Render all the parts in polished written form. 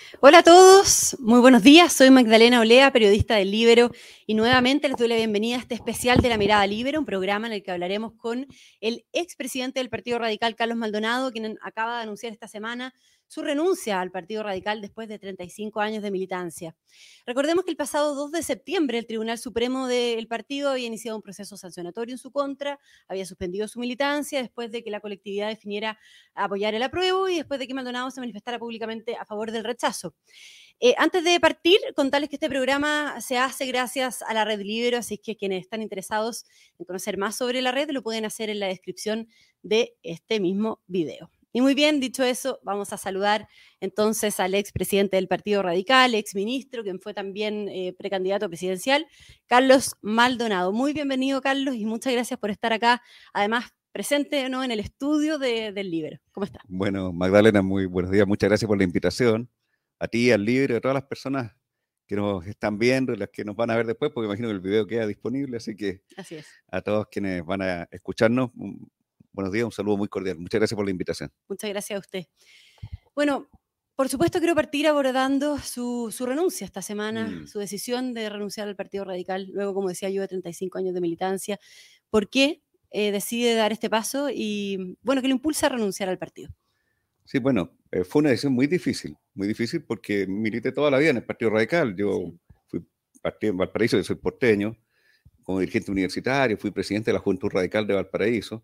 Hola a todos, muy buenos días. Soy Magdalena Olea, periodista del Líbero, y nuevamente les doy la bienvenida a este especial de La Mirada Líbero, un programa en el que hablaremos con el expresidente del Partido Radical, Carlos Maldonado, quien acaba de anunciar esta semana su renuncia al Partido Radical después de 35 años de militancia. Recordemos que el pasado 2 de septiembre el Tribunal Supremo del partido había iniciado un proceso sancionatorio en su contra, había suspendido su militancia después de que la colectividad definiera apoyar el apruebo y después de que Maldonado se manifestara públicamente a favor del rechazo. Antes de partir, contarles que este programa se hace gracias a la Red Libero, así que quienes están interesados en conocer más sobre la red lo pueden hacer en la descripción de este mismo video. Y muy bien, dicho eso, vamos a saludar entonces al expresidente del Partido Radical, exministro, quien fue también precandidato presidencial, Carlos Maldonado. Muy bienvenido, Carlos, y muchas gracias por estar acá, además presente, ¿no?, en el estudio del Libero. ¿Cómo está? Bueno, Magdalena, muy buenos días. Muchas gracias por la invitación. A ti, al Libro, a todas las personas que nos están viendo y las que nos van a ver después, porque imagino que el video queda disponible, así que Así es. a todos quienes van a escucharnos, buenos días, un saludo muy cordial. Muchas gracias por la invitación. Muchas gracias a usted. Bueno, por supuesto quiero partir abordando su renuncia esta semana, su decisión de renunciar al Partido Radical, luego, como decía yo, de 35 años de militancia. ¿Por qué decide dar este paso y, bueno, qué le impulsa a renunciar al partido? Sí, bueno, fue una decisión muy difícil porque milité toda la vida en el Partido Radical. Yo Sí. fui partido en Valparaíso, yo soy porteño, como dirigente universitario, fui presidente de la Juventud Radical de Valparaíso.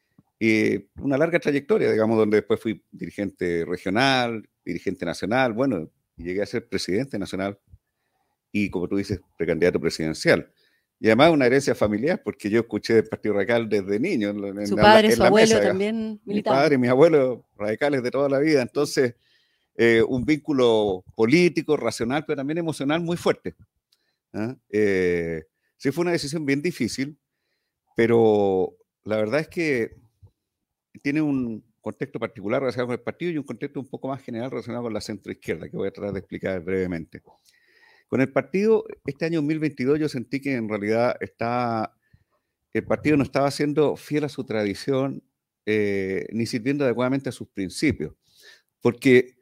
Y una larga trayectoria, digamos, donde después fui dirigente regional, dirigente nacional, bueno, llegué a ser presidente nacional y, como tú dices, precandidato presidencial. Y además una herencia familiar, porque yo escuché del Partido Radical desde niño, Su padre, en su la abuelo mesa, digamos. también Mi militaban. padre y mi abuelo radicales de toda la vida, entonces un vínculo político, racional, pero también emocional muy fuerte. ¿Ah? Sí, fue una decisión bien difícil, pero la verdad es que tiene un contexto particular relacionado con el partido y un contexto un poco más general relacionado con la centroizquierda, que voy a tratar de explicar brevemente. Con el partido, este año 2022 yo sentí que en realidad el partido no estaba siendo fiel a su tradición, ni sirviendo adecuadamente a sus principios, porque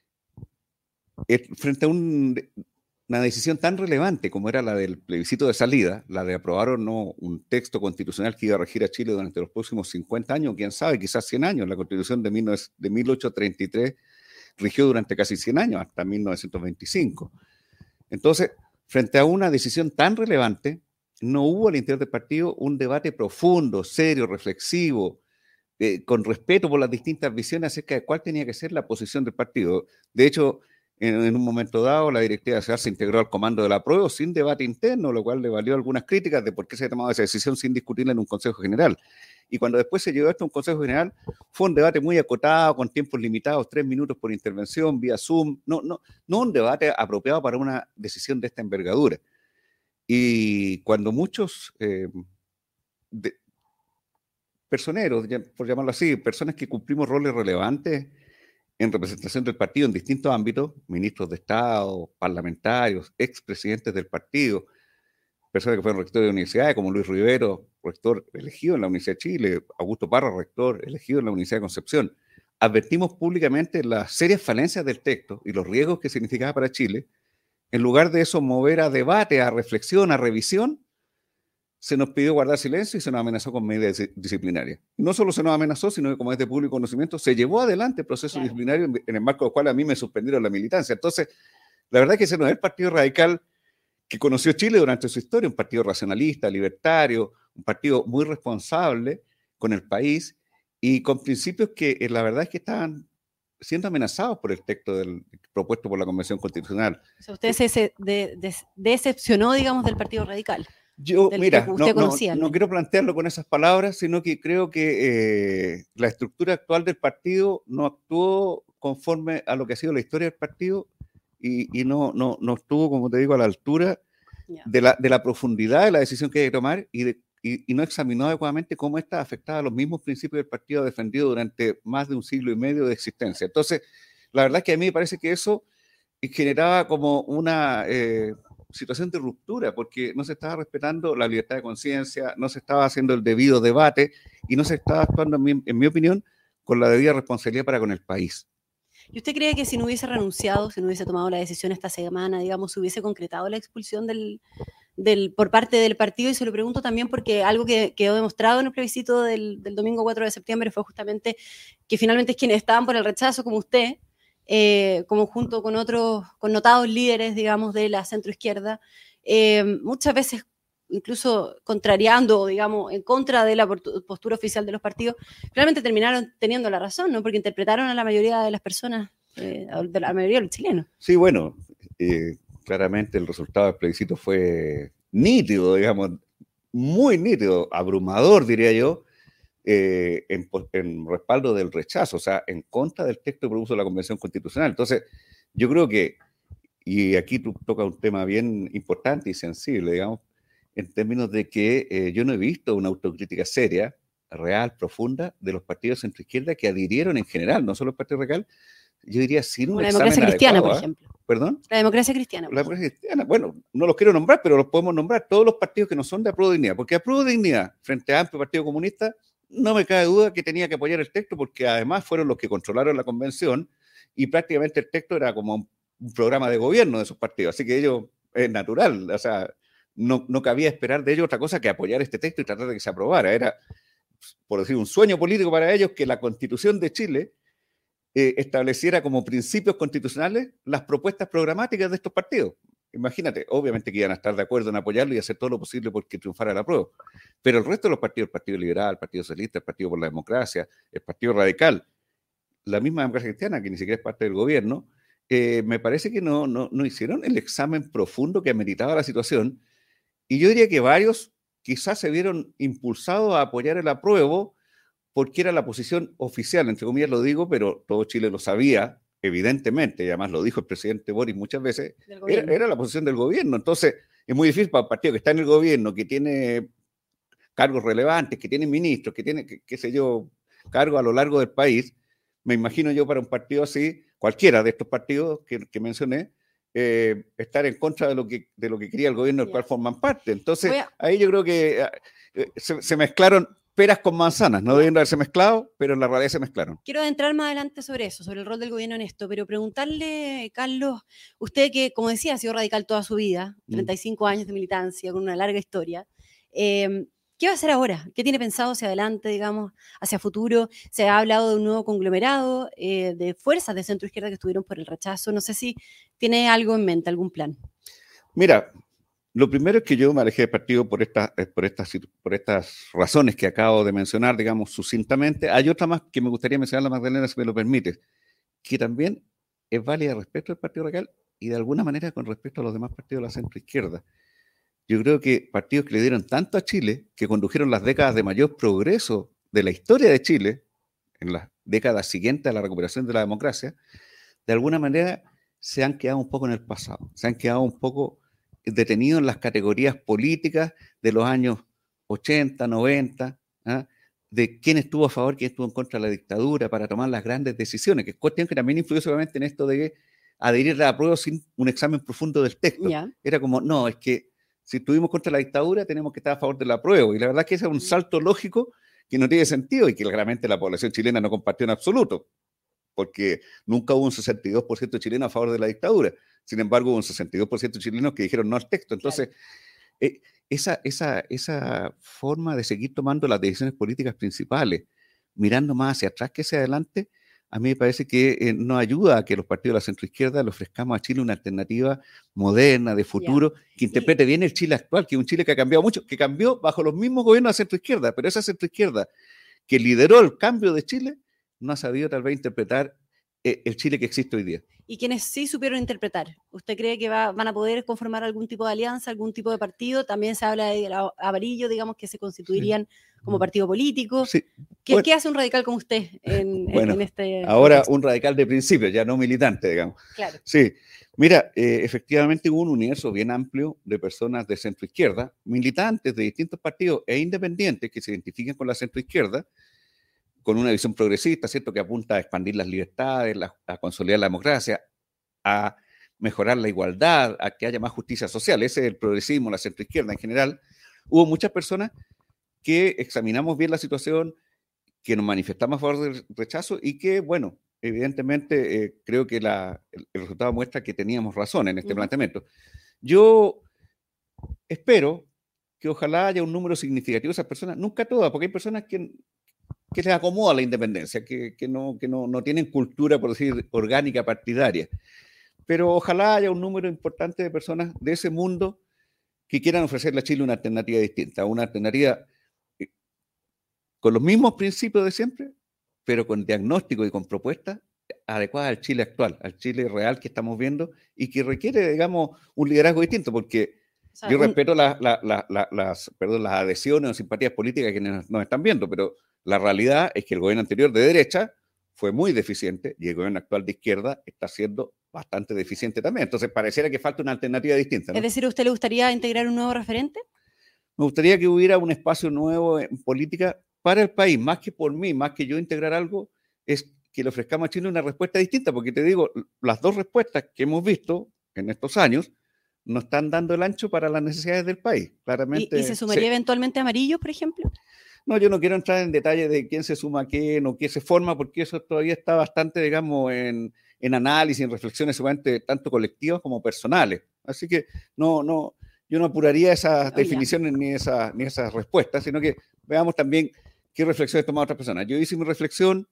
frente a una decisión tan relevante como era la del plebiscito de salida, la de aprobar o no un texto constitucional que iba a regir a Chile durante los próximos 50 años, quién sabe, quizás 100 años. La Constitución de 1833 rigió durante casi 100 años, hasta 1925. Entonces, frente a una decisión tan relevante, no hubo al interior del partido un debate profundo, serio, reflexivo, con respeto por las distintas visiones acerca de cuál tenía que ser la posición del partido. De hecho, en un momento dado, la directiva nacional se integró al comando del apruebo sin debate interno, lo cual le valió algunas críticas de por qué se había tomado esa decisión sin discutirla en un Consejo General. Y cuando después se llegó esto a un Consejo General, fue un debate muy acotado, con tiempos limitados, 3 minutos por intervención, vía Zoom, no un debate apropiado para una decisión de esta envergadura. Y cuando muchos personeros, por llamarlo así, personas que cumplimos roles relevantes en representación del partido en distintos ámbitos, ministros de Estado, parlamentarios, expresidentes del partido, personas que fueron rectores de universidades, como Luis Rivero, rector elegido en la Universidad de Chile, Augusto Parra, rector elegido en la Universidad de Concepción. Advertimos públicamente las serias falencias del texto y los riesgos que significaba para Chile. En lugar de eso, mover a debate, a reflexión, a revisión, se nos pidió guardar silencio y se nos amenazó con medidas disciplinarias. No solo se nos amenazó, sino que, como es de público conocimiento, se llevó adelante el proceso disciplinario en el marco del cual a mí me suspendieron la militancia. Entonces, la verdad es que ese no es el Partido Radical que conoció Chile durante su historia, un partido racionalista, libertario, un partido muy responsable con el país y con principios que la verdad es que estaban siendo amenazados por el texto propuesto por la Convención Constitucional. O sea, usted se decepcionó, digamos, del Partido Radical. Yo, Del que mira, usted conocía, no quiero plantearlo con esas palabras, sino que creo que la estructura actual del partido no actuó conforme a lo que ha sido la historia del partido y no estuvo, como te digo, a la altura de la profundidad de la decisión que hay que tomar y no examinó adecuadamente cómo esta afectaba a los mismos principios del partido defendido durante más de un siglo y medio de existencia. Entonces, la verdad es que a mí me parece que eso generaba como una situación de ruptura, porque no se estaba respetando la libertad de conciencia, no se estaba haciendo el debido debate y no se estaba actuando, en mi opinión, con la debida responsabilidad para con el país. ¿Y usted cree que si no hubiese renunciado, si no hubiese tomado la decisión esta semana, digamos, se hubiese concretado la expulsión por parte del partido? Y se lo pregunto también porque algo que quedó demostrado en el plebiscito del domingo 4 de septiembre fue justamente que finalmente quienes estaban por el rechazo, como usted, como junto con otros connotados líderes, digamos, de la centroizquierda, muchas veces incluso contrariando, digamos, en contra de la postura oficial de los partidos, realmente terminaron teniendo la razón, ¿no? Porque interpretaron a la mayoría de las personas, de la mayoría de los chilenos. Sí, bueno, claramente el resultado del plebiscito fue nítido, digamos, muy nítido, abrumador, diría yo, en respaldo del rechazo, o sea, en contra del texto que propuso la Convención Constitucional. Entonces, yo creo que, y aquí tú tocas un tema bien importante y sensible, digamos, en términos de que yo no he visto una autocrítica seria, real, profunda, de los partidos centroizquierda que adhirieron en general, no solo el Partido Radical, yo diría sin un examen democracia cristiana, adecuado, por ejemplo. ¿Perdón? La democracia cristiana. La democracia cristiana, bueno, no los quiero nombrar, pero los podemos nombrar, todos los partidos que no son de Apruebo Dignidad, porque Apruebo Dignidad, frente a Amplio Partido Comunista, no me cabe duda que tenía que apoyar el texto, porque además fueron los que controlaron la convención, y prácticamente el texto era como un programa de gobierno de esos partidos, así que ellos, es natural, o sea, no cabía esperar de ellos otra cosa que apoyar este texto y tratar de que se aprobara. Era, por decir, un sueño político para ellos que la Constitución de Chile estableciera como principios constitucionales las propuestas programáticas de estos partidos. Imagínate, obviamente que iban a estar de acuerdo en apoyarlo y hacer todo lo posible porque triunfara la prueba. Pero el resto de los partidos, el Partido Liberal, el Partido Socialista, el Partido por la Democracia, el Partido Radical, la misma Democracia Cristiana, que ni siquiera es parte del gobierno, me parece que no hicieron el examen profundo que ameritaba la situación. Y yo diría que varios quizás se vieron impulsados a apoyar el apruebo porque era la posición oficial, entre comillas lo digo, pero todo Chile lo sabía, evidentemente, y además lo dijo el presidente Boric muchas veces, era la posición del gobierno. Entonces, es muy difícil para un partido que está en el gobierno, que tiene cargos relevantes, que tiene ministros, que tiene, qué sé yo, cargos a lo largo del país. Me imagino yo para un partido así, cualquiera de estos partidos que mencioné, estar en contra de lo que quería el gobierno del cual forman parte. Entonces, ahí yo creo que se mezclaron peras con manzanas, no debiendo haberse mezclado, pero en la realidad se mezclaron. Quiero adentrar más adelante sobre eso, sobre el rol del gobierno en esto, pero preguntarle, Carlos, usted que, como decía, ha sido radical toda su vida, 35 años de militancia, con una larga historia, ¿qué va a hacer ahora? ¿Qué tiene pensado hacia adelante, digamos, hacia futuro? Se ha hablado de un nuevo conglomerado de fuerzas de centro izquierda que estuvieron por el rechazo. No sé si tiene algo en mente, algún plan. Mira, lo primero es que yo me alejé del partido por estas razones que acabo de mencionar, digamos, sucintamente. Hay otra más que me gustaría mencionar, la Magdalena, si me lo permite, que también es válida respecto al Partido Radical y de alguna manera con respecto a los demás partidos de la centroizquierda. Yo creo que partidos que le dieron tanto a Chile, que condujeron las décadas de mayor progreso de la historia de Chile, en las décadas siguientes a la recuperación de la democracia, de alguna manera se han quedado un poco en el pasado, se han quedado un poco detenidos en las categorías políticas de los años 80, 90, ¿ah? De quién estuvo a favor, quién estuvo en contra de la dictadura para tomar las grandes decisiones, que es cuestión que también influyó seguramente en esto de adherir a la prueba sin un examen profundo del texto. Yeah. Era como, no, es que si estuvimos contra la dictadura tenemos que estar a favor de la prueba. Y la verdad es que ese es un salto lógico que no tiene sentido y que claramente la población chilena no compartió en absoluto, porque nunca hubo un 62% chileno a favor de la dictadura. Sin embargo, hubo un 62% de chilenos que dijeron no al texto. Entonces, claro, esa forma de seguir tomando las decisiones políticas principales, mirando más hacia atrás que hacia adelante, a mí me parece que no ayuda a que los partidos de la centroizquierda le ofrezcamos a Chile una alternativa moderna, de futuro, que interprete bien el Chile actual, que es un Chile que ha cambiado mucho, que cambió bajo los mismos gobiernos de la centroizquierda, pero esa centroizquierda que lideró el cambio de Chile no ha sabido tal vez interpretar el Chile que existe hoy día. Y quienes sí supieron interpretar, ¿usted cree que van a poder conformar algún tipo de alianza, algún tipo de partido? También se habla de Avarillo, digamos, que se constituirían como partido político. Sí. ¿Qué hace un radical como usted en este ahora contexto? Un radical de principio, ya no militante, digamos. Claro. Sí, mira, efectivamente hubo un universo bien amplio de personas de centroizquierda, militantes de distintos partidos e independientes que se identifiquen con la centroizquierda, con una visión progresista, ¿cierto?, que apunta a expandir las libertades, a consolidar la democracia, a mejorar la igualdad, a que haya más justicia social. Ese es el progresismo, la centroizquierda en general. Hubo muchas personas que examinamos bien la situación, que nos manifestamos a favor del rechazo y que, bueno, evidentemente creo que el resultado muestra que teníamos razón en este planteamiento. Yo espero que ojalá haya un número significativo de esas personas, nunca todas, porque hay personas que les acomoda la independencia, que no tienen cultura, por decir, orgánica partidaria. Pero ojalá haya un número importante de personas de ese mundo que quieran ofrecerle a Chile una alternativa distinta, una alternativa con los mismos principios de siempre, pero con diagnóstico y con propuestas adecuadas al Chile actual, al Chile real que estamos viendo y que requiere, digamos, un liderazgo distinto, porque yo respeto las adhesiones o simpatías políticas que nos están viendo, pero la realidad es que el gobierno anterior de derecha fue muy deficiente y el gobierno actual de izquierda está siendo bastante deficiente también. Entonces pareciera que falta una alternativa distinta, ¿no? Es decir, ¿a usted le gustaría integrar un nuevo referente? Me gustaría que hubiera un espacio nuevo en política para el país, más que por mí, más que yo integrar algo, es que le ofrezcamos a Chile una respuesta distinta, porque te digo, las dos respuestas que hemos visto en estos años no están dando el ancho para las necesidades del país. Claramente. ¿Y se sumaría eventualmente a Amarillo, por ejemplo? No, yo no quiero entrar en detalle de quién se suma a quién o qué se forma, porque eso todavía está bastante, digamos, en análisis, en reflexiones seguramente tanto colectivas como personales. Así que yo no apuraría esas definiciones ni esas respuestas, sino que veamos también qué reflexiones toman otras personas. Yo hice mi reflexión,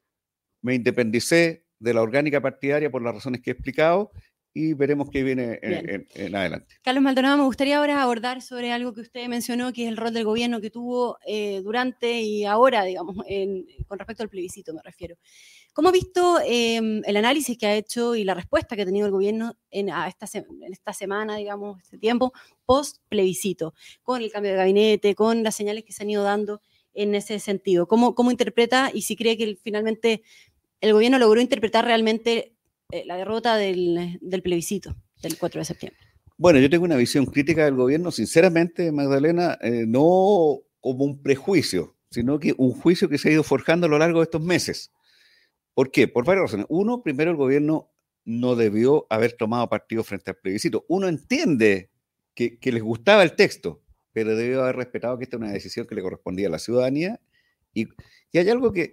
me independicé de la orgánica partidaria por las razones que he explicado y veremos qué viene en adelante. Carlos Maldonado, me gustaría ahora abordar sobre algo que usted mencionó, que es el rol del gobierno que tuvo durante y ahora, digamos, con respecto al plebiscito me refiero. ¿Cómo ha visto el análisis que ha hecho y la respuesta que ha tenido el gobierno en esta semana, digamos, este tiempo, post-plebiscito, con el cambio de gabinete, con las señales que se han ido dando en ese sentido? ¿Cómo interpreta y si cree que finalmente el gobierno logró interpretar realmente la derrota del plebiscito del 4 de septiembre? Bueno, yo tengo una visión crítica del gobierno, sinceramente, Magdalena, no como un prejuicio, sino que un juicio que se ha ido forjando a lo largo de estos meses. ¿Por qué? Por varias razones. Uno, primero, el gobierno no debió haber tomado partido frente al plebiscito. Uno entiende que les gustaba el texto, pero debió haber respetado que esta es una decisión que le correspondía a la ciudadanía. Y hay algo que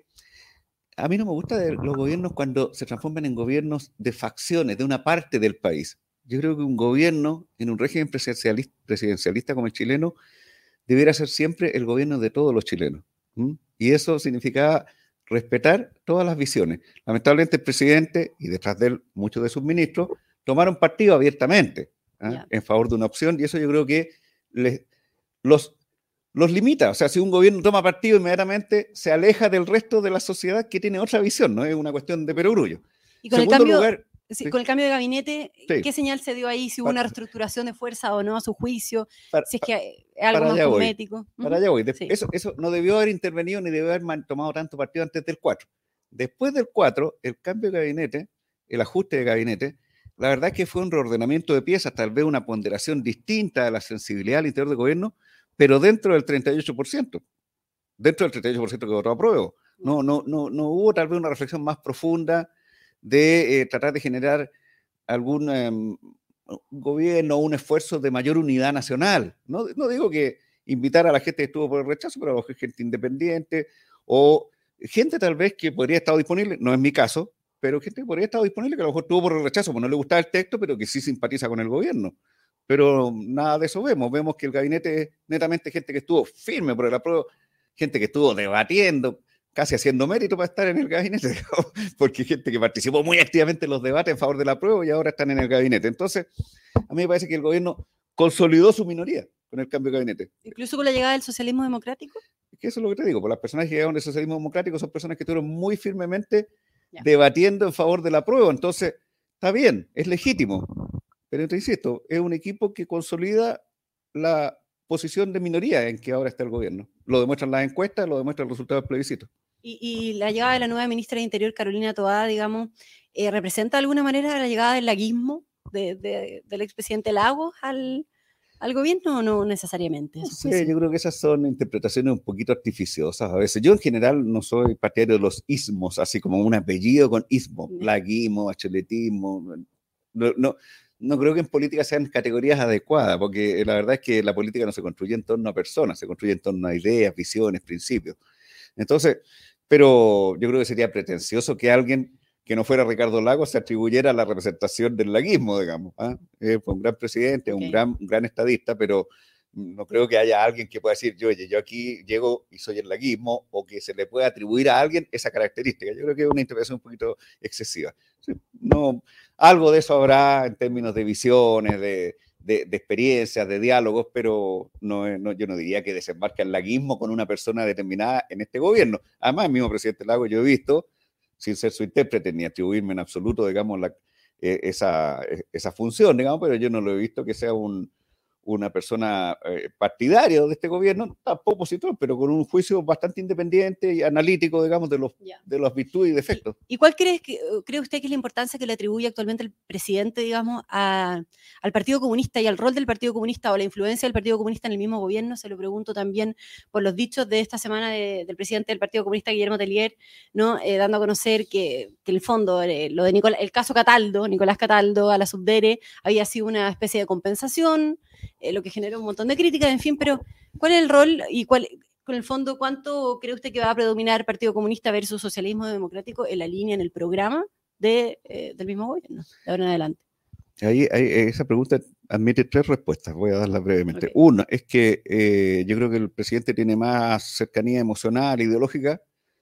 a mí no me gusta de los gobiernos cuando se transforman en gobiernos de facciones, de una parte del país. Yo creo que un gobierno en un régimen presidencialista como el chileno debiera ser siempre el gobierno de todos los chilenos. Y eso significaba respetar todas las visiones. Lamentablemente el presidente y detrás de él muchos de sus ministros tomaron partido abiertamente en favor de una opción y eso yo creo que los limita. O sea, si un gobierno toma partido inmediatamente se aleja del resto de la sociedad que tiene otra visión, no es una cuestión de perogrullo. Y con con el cambio de gabinete, ¿qué señal se dio ahí? Si hubo una reestructuración de fuerza o no a su juicio, si es que es algo más cosmético. Para allá voy. Eso no debió haber intervenido ni debió haber tomado tanto partido antes del 4. Después del 4, el cambio de gabinete, el ajuste de gabinete, la verdad es que fue un reordenamiento de piezas, tal vez una ponderación distinta de la sensibilidad al interior del gobierno, pero dentro del 38%. Dentro del 38% que votó a prueba. No hubo tal vez una reflexión más profunda de tratar de generar algún gobierno, un esfuerzo de mayor unidad nacional. No digo que invitar a la gente que estuvo por el rechazo, pero a la gente independiente o gente tal vez que podría estar disponible, no es mi caso, pero gente que podría estar disponible que a lo mejor estuvo por el rechazo, pues no le gustaba el texto, pero que sí simpatiza con el gobierno. Pero nada de eso vemos que el gabinete es netamente gente que estuvo firme por el apruebo, gente que estuvo debatiendo, casi haciendo mérito para estar en el gabinete, porque gente que participó muy activamente en los debates en favor del apruebo y ahora están en el gabinete. Entonces, a mí me parece que el gobierno consolidó su minoría con el cambio de gabinete. ¿Incluso con la llegada del socialismo democrático? Es que eso es lo que te digo, pues las personas que llegaron del socialismo democrático son personas que estuvieron muy firmemente debatiendo en favor del apruebo. Entonces, está bien, es legítimo, pero te insisto, es un equipo que consolida la posición de minoría en que ahora está el gobierno. Lo demuestran las encuestas, lo demuestra el resultado del plebiscito. Y la llegada de la nueva ministra de Interior, Carolina Toá, digamos, ¿representa de alguna manera la llegada del laguismo del expresidente Lagos al gobierno o no necesariamente? No sé, yo creo que esas son interpretaciones un poquito artificiosas a veces. Yo en general no soy partidario de los ismos, así como un apellido con ismo, laguismo, bacheletismo. No creo que en política sean categorías adecuadas, porque la verdad es que la política no se construye en torno a personas, se construye en torno a ideas, visiones, principios. Entonces, pero yo creo que sería pretencioso que alguien que no fuera Ricardo Lagos se atribuyera a la representación del laguismo, digamos. Fue un gran presidente, un gran estadista, pero no creo que haya alguien que pueda decir, oye, yo aquí llego y soy el laguismo, o que se le pueda atribuir a alguien esa característica. Yo creo que es una interpretación un poquito excesiva. Sí, no, algo de eso habrá en términos de visiones, de experiencias, de diálogos, pero yo no diría que desembarca el laguismo con una persona determinada en este gobierno. Además, el mismo presidente Lagos yo he visto, sin ser su intérprete ni atribuirme en absoluto, digamos, esa función, digamos, pero yo no lo he visto que sea una persona partidaria de este gobierno, tampoco opositor, pero con un juicio bastante independiente y analítico, digamos, de las virtudes y defectos. ¿Y cuál cree usted que es la importancia que le atribuye actualmente el presidente, digamos, al Partido Comunista y al rol del Partido Comunista o la influencia del Partido Comunista en el mismo gobierno? Se lo pregunto también por los dichos de esta semana del presidente del Partido Comunista, Guillermo Tellier, ¿no? Dando a conocer que en el fondo lo de el caso Cataldo, Nicolás Cataldo a la Subdere, había sido una especie de compensación, lo que generó un montón de críticas, en fin, pero ¿cuál es el rol y con el fondo, cuánto cree usted que va a predominar Partido Comunista versus socialismo democrático en la línea, en el programa del mismo gobierno, de ahora en adelante? Esa pregunta admite 3 respuestas, voy a darlas brevemente. Okay. Una es que yo creo que el presidente tiene más cercanía emocional, ideológica,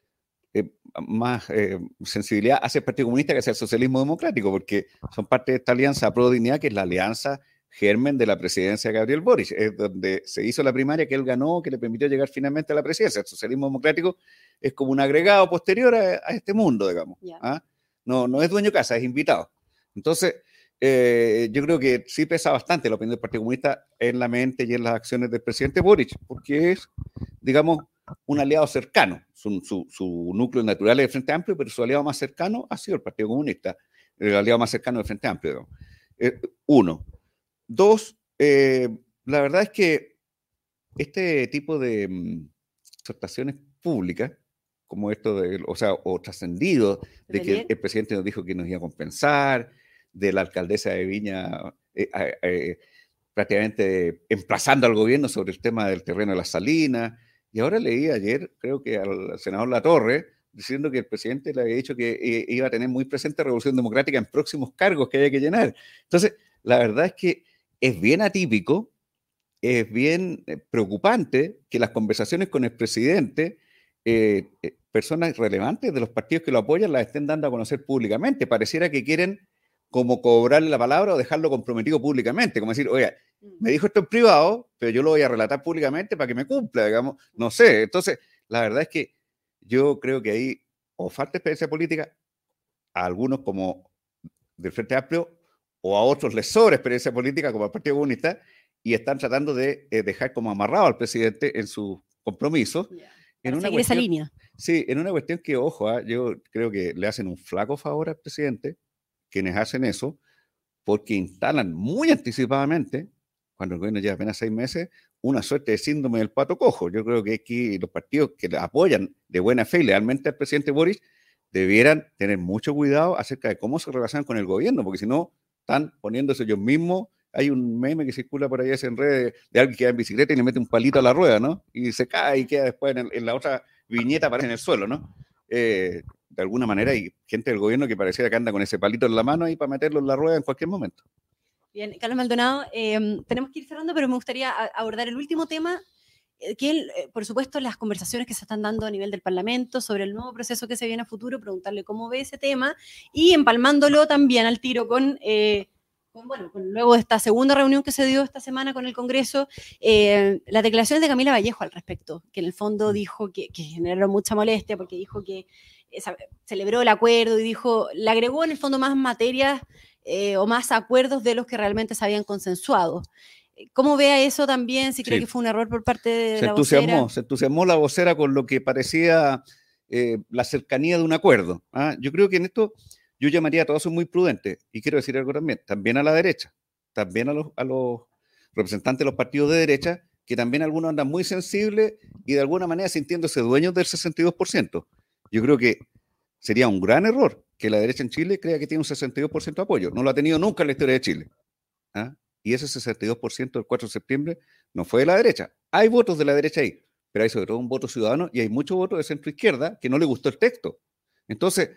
más sensibilidad hacia el Partido Comunista que hacia el socialismo democrático, porque son parte de esta alianza Pro Dignidad, que es la alianza germen de la presidencia de Gabriel Boric, es donde se hizo la primaria que él ganó, que le permitió llegar finalmente a la presidencia. El socialismo democrático es como un agregado posterior a este mundo, digamos. Yeah. No es dueño de casa, es invitado. Entonces, yo creo que sí pesa bastante la opinión del Partido Comunista en la mente y en las acciones del presidente Boric, porque es, digamos, un aliado cercano. Su núcleo natural es el Frente Amplio, pero su aliado más cercano ha sido el Partido Comunista, el aliado más cercano del Frente Amplio. Uno. 2, la verdad es que este tipo de exhortaciones públicas, como esto o trascendido, de que el presidente nos dijo que nos iba a compensar, de la alcaldesa de Viña prácticamente emplazando al gobierno sobre el tema del terreno de las Salinas, y ahora leí ayer, creo que al senador Latorre, diciendo que el presidente le había dicho que iba a tener muy presente la Revolución Democrática en próximos cargos que haya que llenar. Entonces, la verdad es que es bien atípico, es bien preocupante que las conversaciones con el presidente, personas relevantes de los partidos que lo apoyan, las estén dando a conocer públicamente. Pareciera que quieren como cobrarle la palabra o dejarlo comprometido públicamente, como decir, oiga, me dijo esto en privado, pero yo lo voy a relatar públicamente para que me cumpla, digamos, no sé. Entonces, la verdad es que yo creo que ahí o falta experiencia política a algunos como del Frente Amplio, o a otros les sobra experiencia política como el Partido Comunista, y están tratando de dejar como amarrado al presidente en sus compromisos. Yeah. En una cuestión, esa línea. Sí, en una cuestión que, ojo, yo creo que le hacen un flaco favor al presidente, quienes hacen eso, porque instalan muy anticipadamente, cuando el gobierno lleva apenas 6 meses, una suerte de síndrome del pato cojo. Yo creo que aquí los partidos que apoyan de buena fe y lealmente al presidente Boric debieran tener mucho cuidado acerca de cómo se relacionan con el gobierno, porque si no, están poniéndose ellos mismos. Hay un meme que circula por ahí en redes de alguien que va en bicicleta y le mete un palito a la rueda, ¿no? Y se cae y queda después en la otra viñeta, aparece en el suelo, ¿no? De alguna manera hay gente del gobierno que pareciera que anda con ese palito en la mano ahí para meterlo en la rueda en cualquier momento. Bien, Carlos Maldonado, tenemos que ir cerrando, pero me gustaría abordar el último tema, que por supuesto las conversaciones que se están dando a nivel del Parlamento sobre el nuevo proceso que se viene a futuro, preguntarle cómo ve ese tema y empalmándolo también al tiro con luego de esta segunda reunión que se dio esta semana con el Congreso, las declaraciones de Camila Vallejo al respecto, que en el fondo dijo que generaron mucha molestia porque dijo que celebró el acuerdo y dijo, le agregó en el fondo más materias o más acuerdos de los que realmente se habían consensuado. ¿Cómo ve a eso también? Si cree que fue un error por parte de la vocera. Se entusiasmó la vocera con lo que parecía la cercanía de un acuerdo. Yo creo que en esto yo llamaría a todos son muy prudentes, y quiero decir algo también a la derecha, también a los representantes de los partidos de derecha, que también algunos andan muy sensibles y de alguna manera sintiéndose dueños del 62%. Yo creo que sería un gran error que la derecha en Chile crea que tiene un 62% de apoyo. No lo ha tenido nunca en la historia de Chile. Y ese 62% del 4 de septiembre no fue de la derecha. Hay votos de la derecha ahí, pero hay sobre todo un voto ciudadano y hay muchos votos de centro izquierda que no le gustó el texto. Entonces,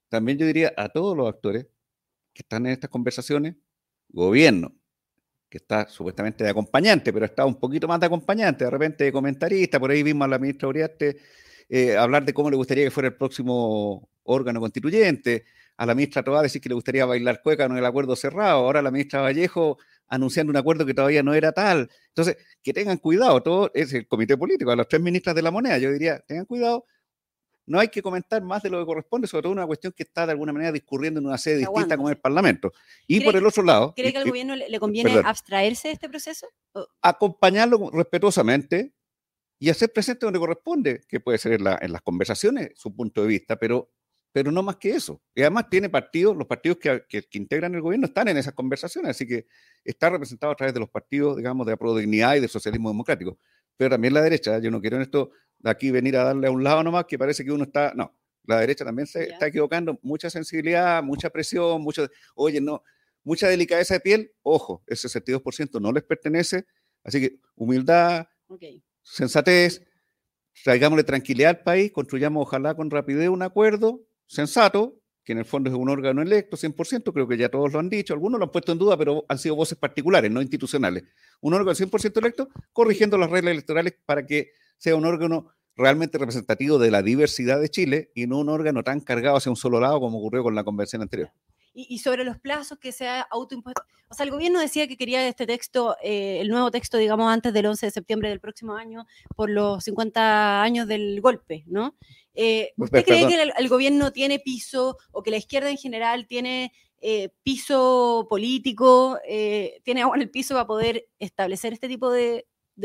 también yo diría a todos los actores que están en estas conversaciones, gobierno, que está supuestamente de acompañante, pero está un poquito más de acompañante, de repente de comentarista, por ahí vimos a la ministra Uriarte hablar de cómo le gustaría que fuera el próximo órgano constituyente, a la ministra Toá decir que le gustaría bailar cueca en el acuerdo cerrado, ahora la ministra Vallejo anunciando un acuerdo que todavía no era tal. Entonces, que tengan cuidado, todo es el comité político, a las 3 ministras de la moneda, yo diría, tengan cuidado, no hay que comentar más de lo que corresponde, sobre todo una cuestión que está de alguna manera discurriendo en una sede distinta como el Parlamento. Y por el otro lado... ¿Cree que al gobierno le conviene abstraerse de este proceso? Acompañarlo respetuosamente y hacer presente donde corresponde, que puede ser en las conversaciones su punto de vista, pero no más que eso. Y además tiene partidos, los partidos que integran el gobierno están en esas conversaciones, así que está representado a través de los partidos, digamos, de Aprodignidad y del socialismo democrático. Pero también la derecha, yo no quiero en esto de aquí venir a darle a un lado nomás, que parece que uno está, no, la derecha también se está equivocando, mucha sensibilidad, mucha presión, oye, no, mucha delicadeza de piel, ojo, ese 62% no les pertenece, así que humildad, sensatez, traigámosle tranquilidad al país, construyamos ojalá con rapidez un acuerdo sensato, que en el fondo es un órgano electo 100%, creo que ya todos lo han dicho, algunos lo han puesto en duda, pero han sido voces particulares, no institucionales. Un órgano 100% electo, corrigiendo las reglas electorales para que sea un órgano realmente representativo de la diversidad de Chile y no un órgano tan cargado hacia un solo lado como ocurrió con la convención anterior. Y sobre los plazos que se ha autoimpuesto. O sea, el gobierno decía que quería este texto, el nuevo texto, digamos, antes del 11 de septiembre del próximo año, por los 50 años del golpe, ¿no? ¿Usted cree que el gobierno tiene piso, o que la izquierda en general tiene piso político, tiene agua en el piso para poder establecer este tipo de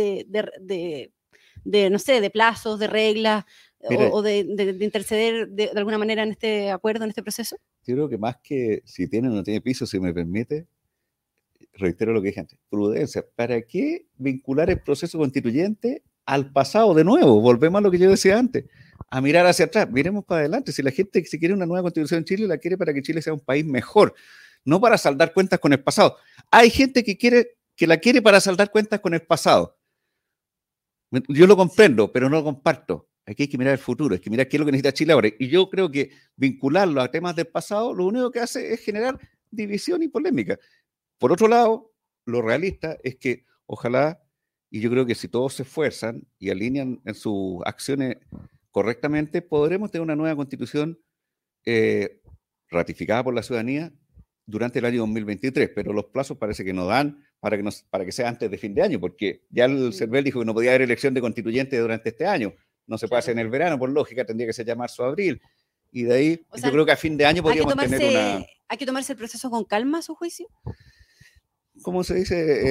no sé, de plazos, de reglas, o de interceder de alguna manera en este acuerdo, en este proceso? Yo creo que más que si tiene o no tiene piso, si me permite, reitero lo que dije antes, prudencia. ¿Para qué vincular el proceso constituyente al pasado de nuevo? Volvemos a lo que yo decía antes, a mirar hacia atrás, miremos para adelante. Si la gente si quiere una nueva constitución en Chile, la quiere para que Chile sea un país mejor, no para saldar cuentas con el pasado. Hay gente que la quiere para saldar cuentas con el pasado. Yo lo comprendo, pero no lo comparto. Aquí hay que mirar el futuro, hay que mirar qué es lo que necesita Chile ahora. Y yo creo que vincularlo a temas del pasado, lo único que hace es generar división y polémica. Por otro lado, lo realista es que ojalá, y yo creo que si todos se esfuerzan y alinean en sus acciones correctamente, podremos tener una nueva constitución ratificada por la ciudadanía durante el año 2023, pero los plazos parece que no dan para que sea antes de fin de año, porque ya el CERVEL dijo que no podía haber elección de constituyentes durante este año. No se puede hacer en el verano, por lógica, tendría que ser ya marzo o abril. Y de ahí, yo creo que a fin de año podríamos tener una... ¿Hay que tomarse el proceso con calma, a su juicio? ¿Cómo se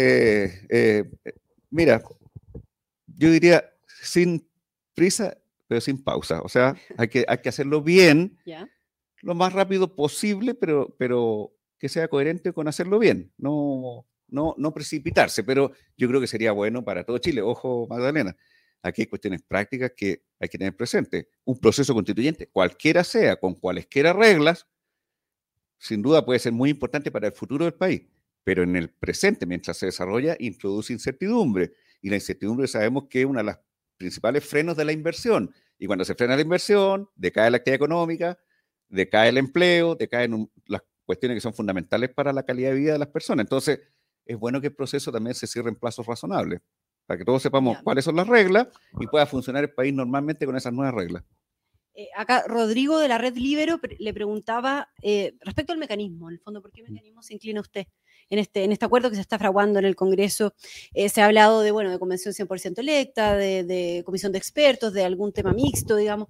dice? Mira, yo diría sin prisa, pero sin pausa. O sea, hay que hacerlo bien, lo más rápido posible, pero que sea coherente con hacerlo bien. No precipitarse, pero yo creo que sería bueno para todo Chile. Ojo, Magdalena. Aquí hay cuestiones prácticas que hay que tener presente. Un proceso constituyente, cualquiera sea, con cualesquiera reglas, sin duda puede ser muy importante para el futuro del país, pero en el presente, mientras se desarrolla, introduce incertidumbre. Y la incertidumbre sabemos que es uno de los principales frenos de la inversión. Y cuando se frena la inversión, decae la actividad económica, decae el empleo, decaen las cuestiones que son fundamentales para la calidad de vida de las personas. Entonces, es bueno que el proceso también se cierre en plazos razonables, para que todos sepamos cuáles son las reglas y pueda funcionar el país normalmente con esas nuevas reglas. Acá Rodrigo de la Red Libero le preguntaba respecto al mecanismo, en el fondo, ¿por qué mecanismo se inclina usted en este acuerdo que se está fraguando en el Congreso? Se ha hablado de convención 100% electa, de comisión de expertos, de algún tema mixto, digamos.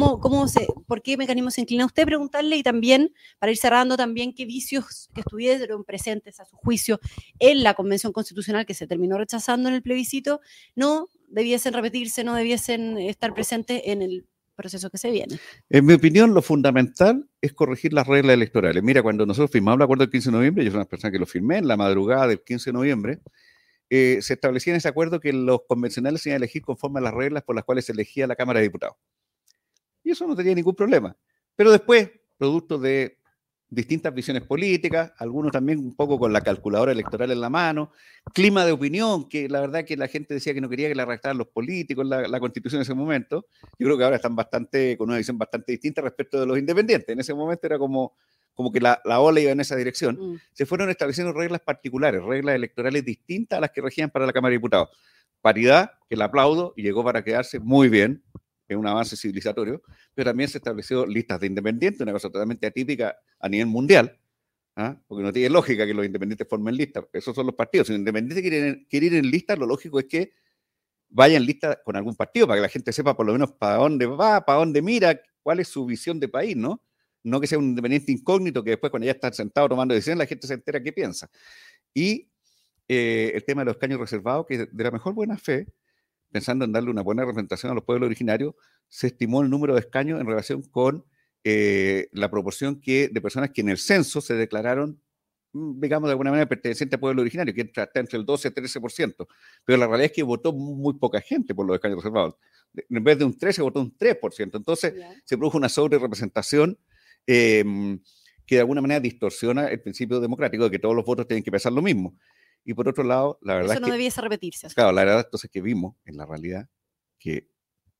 ¿Por qué mecanismo se inclina usted? Preguntarle, y también, para ir cerrando, también qué vicios que estuvieron presentes a su juicio en la Convención Constitucional que se terminó rechazando en el plebiscito, no debiesen repetirse, no debiesen estar presentes en el proceso que se viene. En mi opinión, lo fundamental es corregir las reglas electorales. Mira, cuando nosotros firmamos el acuerdo del 15 de noviembre, yo soy una persona que lo firmé en la madrugada del 15 de noviembre, se establecía en ese acuerdo que los convencionales se iban a elegir conforme a las reglas por las cuales se elegía la Cámara de Diputados. Y eso no tenía ningún problema. Pero después, producto de distintas visiones políticas, algunos también un poco con la calculadora electoral en la mano, clima de opinión, que la verdad que la gente decía que no quería que la redactaran los políticos, la Constitución en ese momento. Yo creo que ahora están con una visión bastante distinta respecto de los independientes. En ese momento era como que la ola iba en esa dirección. Se fueron estableciendo reglas particulares, reglas electorales distintas a las que regían para la Cámara de Diputados. Paridad, que la aplaudo, y llegó para quedarse muy bien, es un avance civilizatorio, pero también se estableció listas de independientes, una cosa totalmente atípica a nivel mundial, porque no tiene lógica que los independientes formen listas, esos son los partidos. Si un independiente quiere ir en listas, lo lógico es que vaya en lista con algún partido, para que la gente sepa por lo menos para dónde va, para dónde mira, cuál es su visión de país, ¿no? No que sea un independiente incógnito, que después cuando ya está sentado tomando decisiones, la gente se entera qué piensa. Y el tema de los escaños reservados, que de la mejor buena fe, pensando en darle una buena representación a los pueblos originarios, se estimó el número de escaños en relación con la proporción de personas que en el censo se declararon, digamos de alguna manera, pertenecientes al pueblo originario, que está entre el 12 y el 13%. Pero la realidad es que votó muy poca gente por los escaños reservados. En vez de un 13, votó un 3%. Entonces se produjo una sobrerepresentación que de alguna manera distorsiona el principio democrático de que todos los votos tienen que pesar lo mismo. Y por otro lado, la verdad eso no debiese repetirse. Claro, la verdad entonces que vimos en la realidad que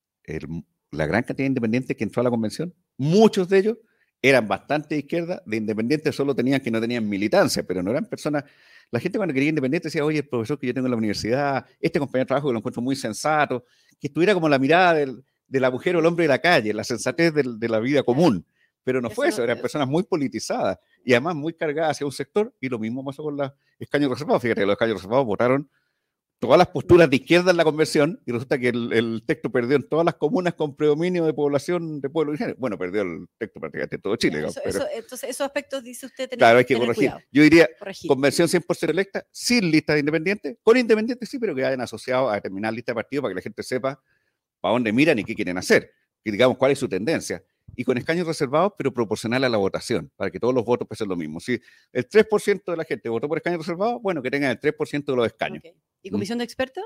la gran cantidad de independientes que entró a la convención, muchos de ellos eran bastante de izquierda, de independientes solo tenían que no tenían militancia, pero no eran personas. La gente cuando quería independiente decía, oye, el profesor que yo tengo en la universidad, este compañero de trabajo que lo encuentro muy sensato, que estuviera como la mirada de la mujer o el hombre de la calle, la sensatez de la vida común. Pero no fue eso, eran personas muy politizadas y además muy cargadas hacia un sector, y lo mismo pasó con los escaños reservados. Fíjate que los escaños reservados votaron todas las posturas de izquierda en la convención, y resulta que el texto perdió en todas las comunas con predominio de población de pueblo originario. Bueno, perdió el texto prácticamente en todo Chile. Entonces, esos aspectos, dice usted, claro, hay que corregir. Cuidado. Yo diría, convención 100% electa, sin lista de independientes, con independientes sí, pero que vayan asociados a determinada lista de partidos para que la gente sepa para dónde miran y qué quieren hacer, y digamos cuál es su tendencia. Y con escaños reservados, pero proporcional a la votación, para que todos los votos pesen lo mismo. Si el 3% de la gente votó por escaños reservados, bueno, que tengan el 3% de los escaños. Okay. ¿Y comisión de expertos?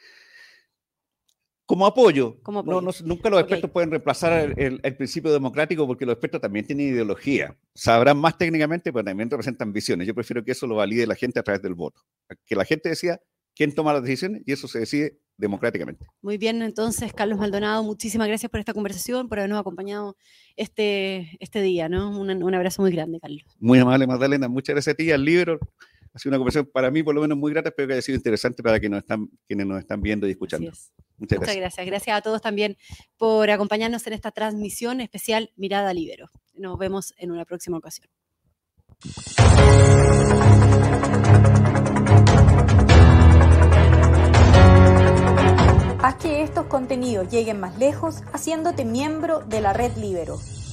Como apoyo. Nunca los expertos pueden reemplazar el principio democrático, porque los expertos también tienen ideología. Sabrán más técnicamente, pero también representan visiones. Yo prefiero que eso lo valide la gente a través del voto. Que la gente decida quién toma las decisiones, y eso se decide democráticamente. Muy bien, entonces, Carlos Maldonado, muchísimas gracias por esta conversación, por habernos acompañado este día, ¿no? Un abrazo muy grande, Carlos. Muy amable, Magdalena. Muchas gracias a ti, al Libero. Ha sido una conversación para mí, por lo menos, muy grata. Espero que haya sido interesante para quienes nos están viendo y escuchando. Muchas gracias. Gracias a todos también por acompañarnos en esta transmisión especial Mirada Libero. Nos vemos en una próxima ocasión. Haz que estos contenidos lleguen más lejos haciéndote miembro de la Red Libero.